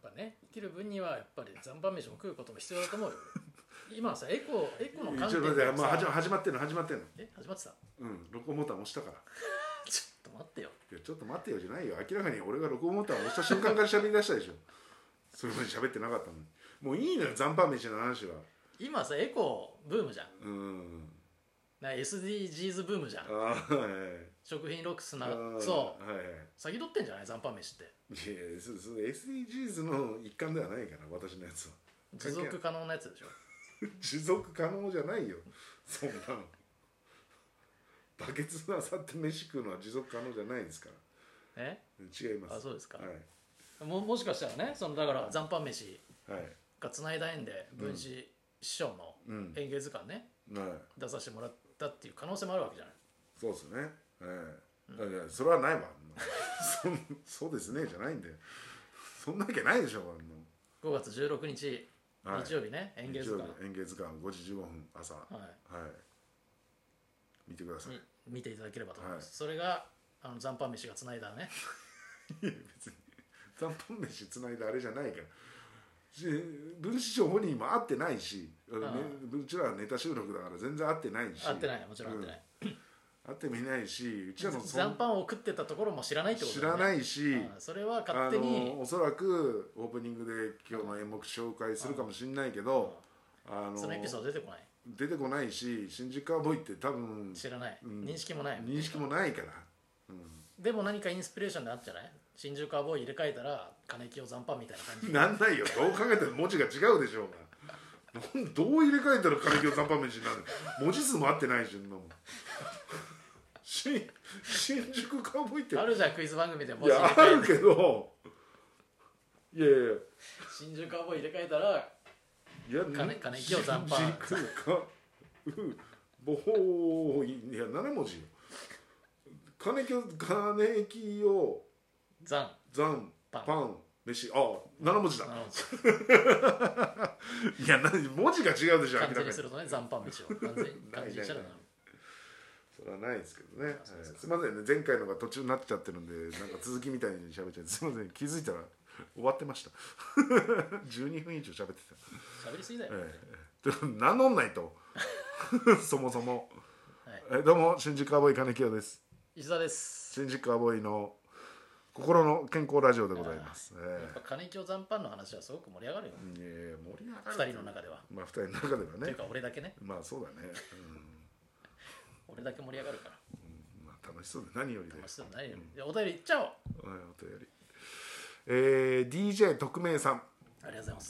ぱね生きる分にはやっぱり残飯飯も食うことも必要だと思うよ今はさエコの観点でまあ、始まってんの始まってた録音ボタン押したからちょっと待ってよ。 いやちょっと待ってよじゃないよ、明らかに俺が録音ボタン押した瞬間から喋り出したでしょそういうふうに喋ってなかったのに。もういいのよ残飯飯の話は。 今さエコブームじゃん。SDGs ブームじゃん。食品ロスなそう、先取ってんじゃない残飯飯って。 いやSDGs の一環ではないから私のやつは。 持続可能なやつでしょ持続可能じゃないよそんなの。バケツなさって飯食うのは持続可能じゃないですから。違います。 あ、そうですか。もしかしたらね、だから残飯飯がつないだ縁で文枝師匠の演芸図鑑ね、出させてもらったっていう可能性もあるわけじゃない。 そうですね。それはないわそうですねじゃないんで、そんなわけないでしょ。 5月16日日曜日ね、演芸図鑑 5時15分朝、見てください。 見ていただければと思います。それが残飯飯がつないだねいや別に残飯飯つないだあれじゃないから。文枝師匠本人も会ってないし、うちらはネタ収録だから全然会ってないし。 会ってない、もちろん会ってない、 会ってもいないし、うちらの残飯を食ってたところも知らないってことだね。知らないし、 それは勝手におそらくオープニングで今日の演目紹介するかもしれないけど、 そのエピソード出てこないし、新宿カウボーイって多分知らない、認識もないから、 でも何かインスピレーションであったんじゃない。新宿カウボーイ入れ替えたら金清残飯みたいな感じなんないよ、どう考えても文字が違うでしょうがどう入れ替えたら金清残飯飯になる。文字数も合ってないし、そんなもん新宿カウボーイってあるじゃん、クイズ番組で文字入れ替えて。いやあるけど、いや新宿カウボーイ入れ替えたら金清残飯新宿カウボーイ、いや7文字よ。金清残パン飯、7文字だいや文字が違うでしょ。 完全にするとね、残飯飯を完全に漢字にしたらなる。 それはないですけどね。すいませんね、前回のが途中になっちゃってるんで、なんか続きみたいに喋っちゃってすいません。気づいたら終わってました12分以上喋ってた。 喋りすぎだよ、 名乗んないとそもそも、どうも新宿カウボーイ金清です。 石田です。 新宿カウボーイの心の健康ラジオでございます。 やっぱ金清残飯の話はすごく盛り上がるよ。 盛り上がる。 2人の中では。 まあ2人の中ではね。 というか俺だけね。 まあそうだね。 俺だけ盛り上がるから。 まあ楽しそうで何よりで。 楽しそうで何より。お便りいっちゃおう。 お便り。DJ 特命さん。 ありがとうございます。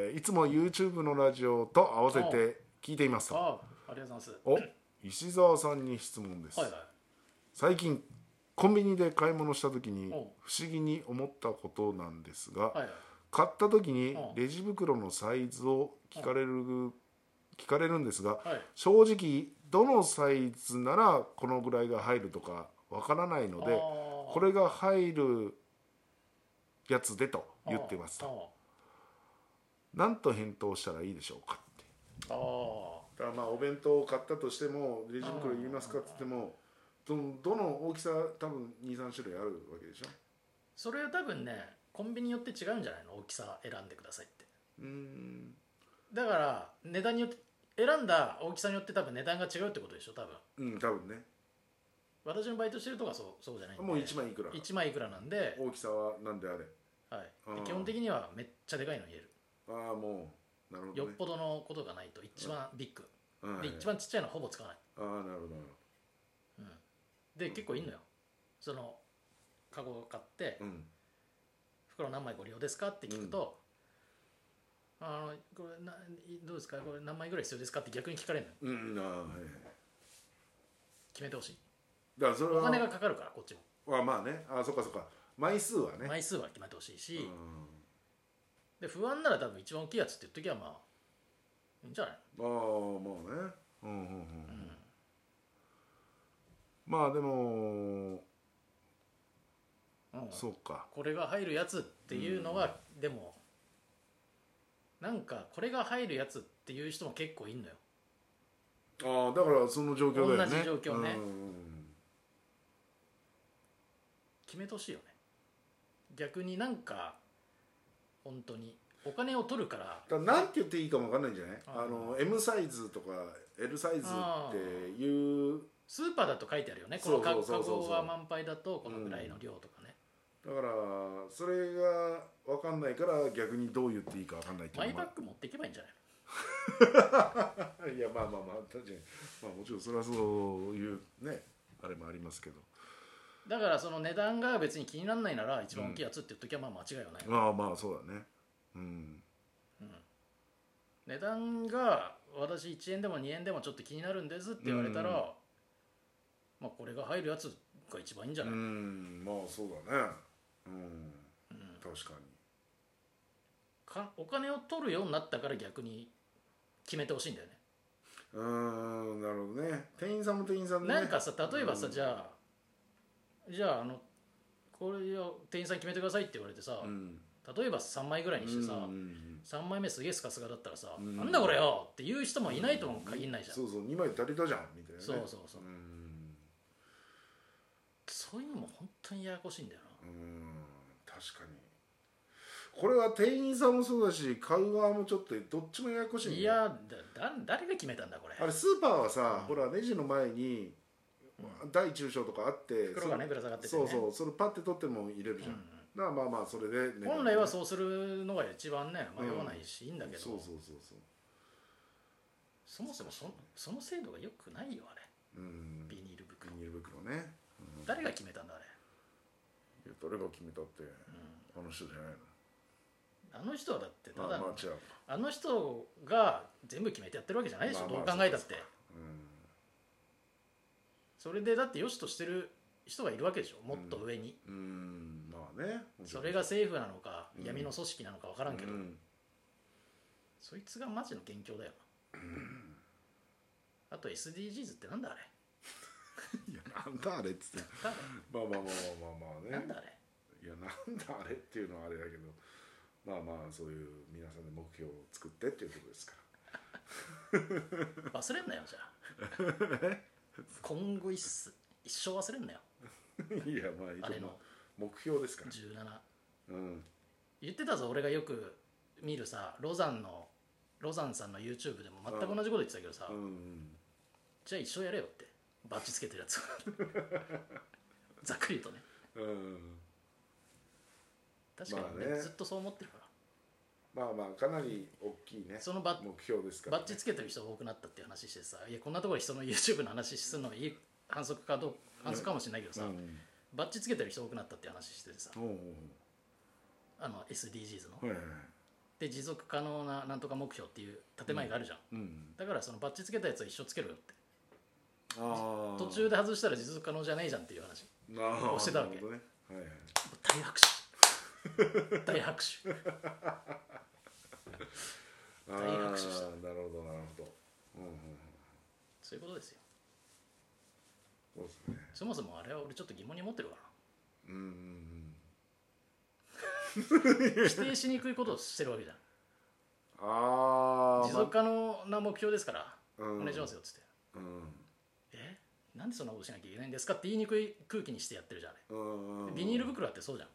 いつも YouTube のラジオと合わせて聞いていますと。 ありがとうございます。 お、石澤さんに質問です。最近コンビニで買い物した時に不思議に思ったことなんですが、買った時にレジ袋のサイズを聞かれるんですが、正直どのサイズならこのぐらいが入るとかわからないので、これが入るやつでと言ってますと。何と返答したらいいでしょうかって。だからまあお弁当を買ったとしてもレジ袋いりますかって言っても、どの大きさ多分 2,3 種類あるわけでしょ。 それは多分ね、コンビニによって違うんじゃないの、大きさ選んでくださいって。だから値段によって選んだ大きさによって多分値段が違うってことでしょ、多分。多分ね。私のバイトしてるとかそうじゃないんで、もう1万いくら1万いくらなんで、大きさはなんであれ、基本的にはめっちゃでかいの入れる。もうなるほど、ね、よっぽどのことがないと一番ビッグ、で一番ちっちゃいのはほぼつかない。なるほど、で結構いんのよ。そのカゴを買って、袋何枚ご利用ですかって聞くと、これどうですか、これ何枚ぐらい必要ですかって逆に聞かれるのよ。決めてほしい。だからそれはお金がかかるから、こっちも。まあね、そっかそっか、枚数はね、枚数は決めてほしいし、で不安なら多分一番大きいやつって言っときはまあいいんじゃない。まあね、まあでも、そうか、これが入るやつっていうのは、でもなんかこれが入るやつっていう人も結構いんのよ。だからその状況だよね、同じ状況ね。決めてほしいよね。逆になんか本当にお金を取るから。 なんて言っていいかも分かんないんじゃない？M サイズとか L サイズっていうスーパーだと書いてあるよね。このカゴが満杯だとこのぐらいの量とかね、 だからそれが分かんないから逆にどう言っていいか分かんないっていうマイバッグ持っていけばいいんじゃないの？いやまあ確かに、もちろんそれはそういうねあれもありますけど、 だからその値段が別に気にならないなら一番大きいやつって言っときゃ間違いはない、 まあそうだね。 値段が私1円でも2円でもちょっと気になるんですって言われたら、これが入るやつが一番いいんじゃない？ まあそうだね。確かにお金を取るようになったから逆に決めてほしいんだよね。 なるほどね。店員さんも店員さんでね。 なんかさ、例えばさ、じゃあこれを店員さん決めてくださいって言われてさ、例えば3枚ぐらいにしてさ、3枚目すげえスカスカだったらさ、なんだこれよっていう人もいないとも限んないじゃん。 そう2枚足りたじゃんみたいなね。 そうそういうのも本当にややこしいんだよな。 確かにこれは店員さんもそうだし買う側もちょっとどっちもややこしいんだよ。 いや誰が決めたんだこれ。 あれスーパーはさ、ほらレジの前に大中小とかあって袋がねぶら下がっててね、 それパッて取っても入れるじゃん、だからそれで、 ね、本来はそうするのが一番ね迷わないし、いいんだけど、そもそもその制度がよくないよあれ、ビニール袋ね、 誰が決めたんだあれ。 いや誰が決めたって、あの人じゃないの。 あの人はだってただあの人が全部決めてやってるわけじゃないでしょ、どう考えたって。それでだって良しとしてる人がいるわけでしょ、もっと上に。それが政府なのか闇の組織なのか分からんけど、そいつがマジの元凶だよな。あと SDGs ってなんだあれ。 いやなんだあれっつって、まあね、 なんだあれ。 いやなんだあれっていうのはあれだけど、そういう皆さんで目標を作ってっていうことですから忘れんなよじゃあ今後一生忘れんなよいや一応目標ですから 17、言ってたぞ俺がよく見るさ、ロザンさんの YouTube でも全く同じこと言ってたけどさ、じゃあ一生やれよってバッチつけてるやつざっくり言うとね、確かに、ずっとそう思ってるから、 かなり大きいねその目標ですから、 バッチつけてる人が多くなったっていう話してさ、いやこんなところで人の YouTube の話するのがいい反則かもしれないけどさ、バッチつけてる人多くなったっていう話しててさ、SDGs の、で持続可能ななんとか目標っていう建前があるじゃん、だからそのバッチつけたやつは一生つけろよって、途中で外したら持続可能じゃないじゃんっていう話をしてたわけ。大拍手大拍手大拍手した。 なるほど、 そういうことですよ。 そうですね。 そもそもあれは俺ちょっと疑問に思ってるから、否定しにくいことをしてるわけじゃん。持続可能な目標ですから、お願いしますよっつって、なんでそんなことしなきゃいけないんですかって言いにくい空気にしてやってるじゃんあれ。ビニール袋だってそうじゃん。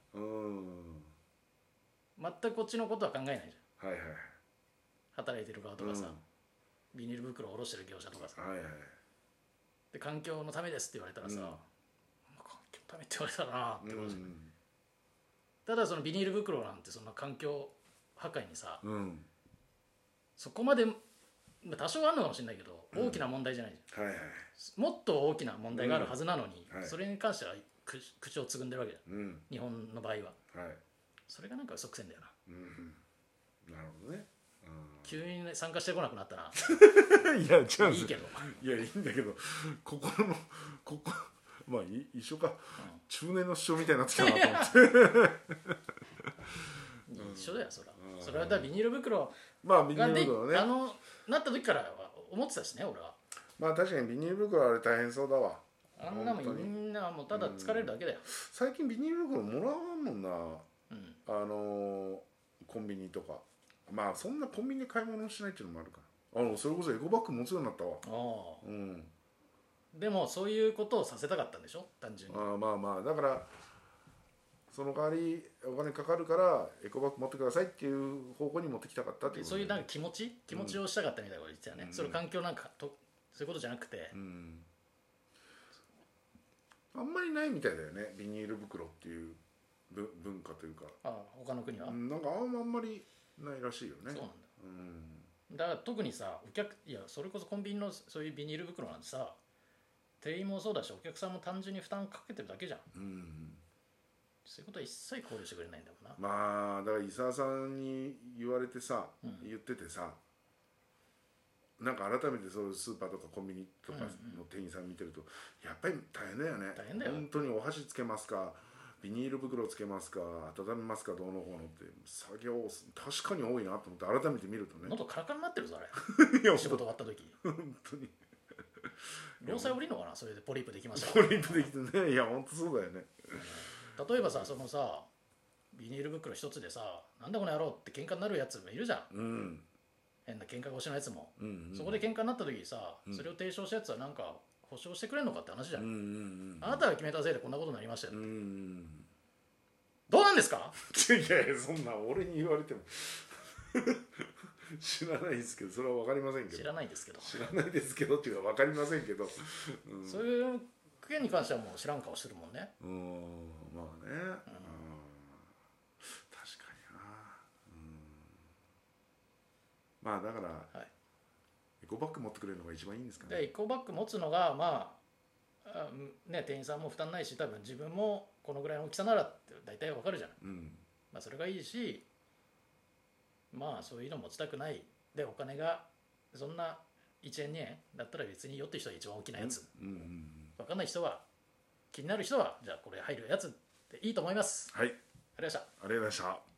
全くこっちのことは考えないじゃん。働いてる側とかさ、ビニール袋を下ろしてる業者とかさ、で環境のためですって言われたらさ、環境のためって言われたらなって思うじゃん。ただそのビニール袋なんてそんな環境破壊にさ、そこまで多少あるのかもしれないけど、大きな問題じゃないじゃん、もっと大きな問題があるはずなのに、それに関しては口をつぐんでるわけじゃん、日本の場合は、それがなんか嘘くせんだよな。 なるほどね。 急に参加してこなくなったないや違う、 いいけど、 いやいいんだけど、こ一緒か、中年の主張みたいになってきたなと思って一緒だよそれは。だからビニール袋ビニール袋ね、 なった時からは思ってたしね俺は。 確かにビニール袋はあれ大変そうだわ。 あんなもんみんなもうただ疲れるだけだよ。 最近ビニール袋もらわんもんな、コンビニとか。そんなコンビニで買い物しないっていうのもあるから、それこそエコバッグ持つようになったわ。 でもそういうことをさせたかったんでしょ単純に。 だからその代わりお金かかるからエコバッグ持ってくださいっていう方向に持ってきたかったっていう、 そういうなんか気持ちをしたかったみたいなこと言ってたよね、それ環境なんかとそういうことじゃなくて、 あんまりないみたいだよね、ビニール袋っていう文化というか。 他の国は、 なんかあんまりないらしいよね。 そうなんだ、だから特にさいやそれこそコンビニのそういうビニール袋なんてさ、店員もそうだしお客さんも単純に負担かけてるだけじゃん、そういうことは一切考慮してくれないんだもんな。 まあだから伊沢さんに言われてさ、言っててさ、なんか改めてそういうスーパーとかコンビニとかの店員さん見てると、やっぱり大変だよね。 大変だよ。 本当にお箸つけますか、ビニール袋つけますか、温めますか、どうのこうのって作業確かに多いなと思って改めて見るとね。 喉カラカラになってるぞあれ。いや仕事終わった時。 本当に。 労災降りるのかな、それでポリープできました。 ポリープできてね、いや本当そうだよね。 例えばさ、そのさビニール袋一つでさ、なんだこの野郎って喧嘩になるやつもいるじゃん。変な喧嘩腰のやつも、そこで喧嘩になった時にさ、それを提唱したやつはなんか保証してくれんのかって話じゃん。あなたが決めたせいでこんなことになりましたよ。どうなんですか。 いやいや、そんな俺に言われても知らないですけど、それは分かりませんけど。 知らないですけどっていうか分かりませんけど、 そういう件に関してはもう知らん顔してるもんね。 まあね、確かにな。まあだから、エコバッグ持ってくれるのが一番いいんですかね。 でエコバッグ持つのがまあね、店員さんも負担ないし、多分自分もこのぐらいの大きさならって大体わかるじゃん。まあそれがいいし、まあそういうの持ちたくないで、お金がそんな1円2円だったら別によって人は一番大きなやつ、分かんない人は、気になる人はじゃあこれ入るやつでいいと思います。 はい、ありがとうございました。 ありがとうございました。